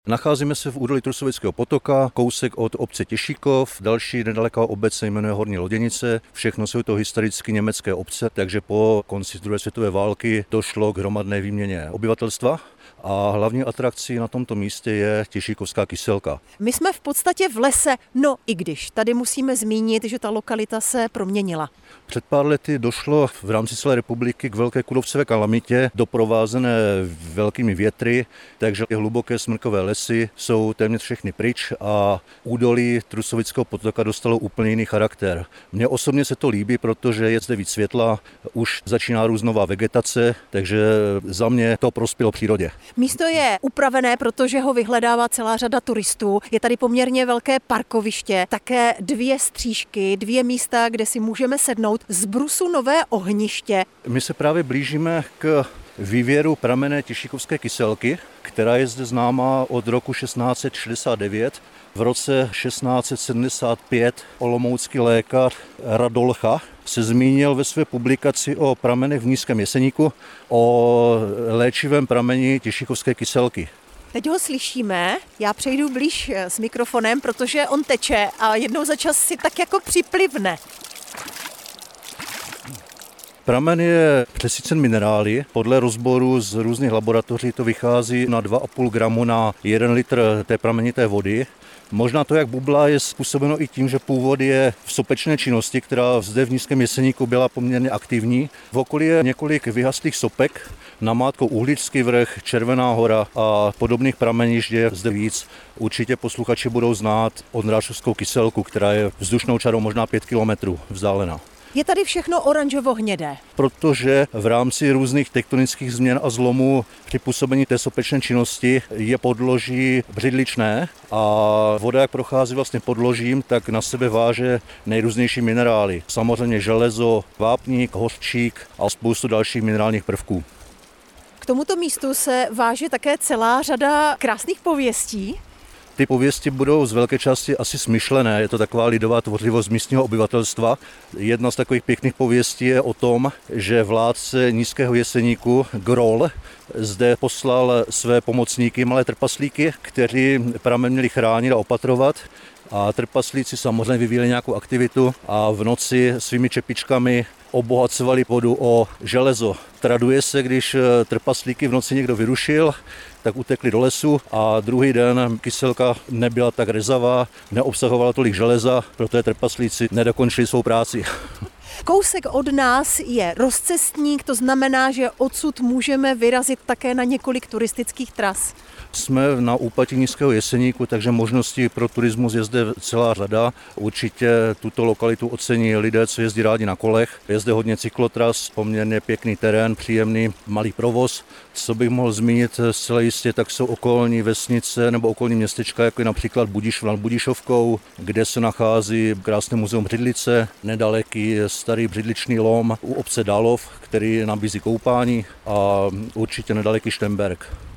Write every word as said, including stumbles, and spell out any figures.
Nacházíme se v údolí Trusovického potoka, kousek od obce Těšíkov, další nedaleká obec se jmenuje Horní Loděnice. Všechno jsou to historicky německé obce, takže po konci druhé světové války došlo k hromadné výměně obyvatelstva. A hlavní atrakcí na tomto místě je Těšíkovská kyselka. My jsme v podstatě v lese, no i když tady musíme zmínit, že ta lokalita se proměnila. Před pár lety došlo v rámci celé republiky k velké kůrovcové kalamitě, doprovázené velkými větry, takže hluboké smrkové lesy jsou téměř všechny pryč a údolí Trusovického potoka dostalo úplně jiný charakter. Mně osobně se to líbí, protože je zde víc světla, už začíná růst nová vegetace, takže za mě to prospělo přírodě. Místo je upravené, protože ho vyhledává celá řada turistů. Je tady poměrně velké parkoviště, také dvě střížky, dvě místa, kde si můžeme sednout, z brusu nové ohniště. My se právě blížíme k vývěru pramenné Těšíkovské kyselky, která je zde známá od roku šestnáct set šedesát devět. V roce šestnáct set sedmdesát pět olomoucký lékař Radolcha se zmínil ve své publikaci o pramenech v Nízkém Jeseníku o léčivém prameni Těšíkovské kyselky. Teď ho slyšíme, já přejdu blíž s mikrofonem, protože on teče a jednou za čas si tak jako připlivne. Pramen je přesycen minerály. Podle rozboru z různých laboratoří to vychází na dva a půl gramu na jeden litr té pramenité vody. Možná to, jak bublá, je způsobeno i tím, že původ je v sopečné činnosti, která zde v Nízkém Jeseníku byla poměrně aktivní. V okolí je několik vyhaslých sopek, namátkou Uhličský vrch, Červená hora a podobných pramenišť je zde víc. Určitě posluchači budou znát Ondrášovskou kyselku, která je vzdušnou čarou možná pět kilometrů vzdálená. Je tady všechno oranžovo-hnědé. Protože v rámci různých tektonických změn a zlomů při působení té sopečné činnosti je podloží břidličné a voda, jak prochází vlastně podložím, tak na sebe váže nejrůznější minerály. Samozřejmě železo, vápník, hořčík a spoustu dalších minerálních prvků. K tomuto místu se váže také celá řada krásných pověstí. Ty pověsti budou z velké části asi smyšlené, je to taková lidová tvořivost místního obyvatelstva. Jedna z takových pěkných pověstí je o tom, že vládce Nízkého Jeseníku Grol zde poslal své pomocníky, malé trpaslíky, kteří pramen měli chránit a opatrovat. A trpaslíci samozřejmě vyvíjeli nějakou aktivitu a v noci svými čepičkami obohacovali vodu o železo. Traduje se, když trpaslíky v noci někdo vyrušil, tak utekli do lesu a druhý den kyselka nebyla tak rezavá, neobsahovala tolik železa, protože trpaslíci nedokončili svou práci. Kousek od nás je rozcestník, to znamená, že odsud můžeme vyrazit také na několik turistických tras. Jsme na úpatí Nízkého Jeseníku, takže možností pro turismus je zde celá řada. Určitě tuto lokalitu ocení lidé, co jezdí rádi na kolech. Je zde hodně cyklotras, poměrně pěkný terén, příjemný malý provoz. Co bych mohl zmínit zcela jistě, tak jsou okolní vesnice nebo okolní městečka, jako je například Budiš nad Budišovkou, kde se nachází krásné muzeum Břidlice, nedaleký starý břidličný lom u obce Dalov, který nabízí koupání a určitě nedaleký Štemberk.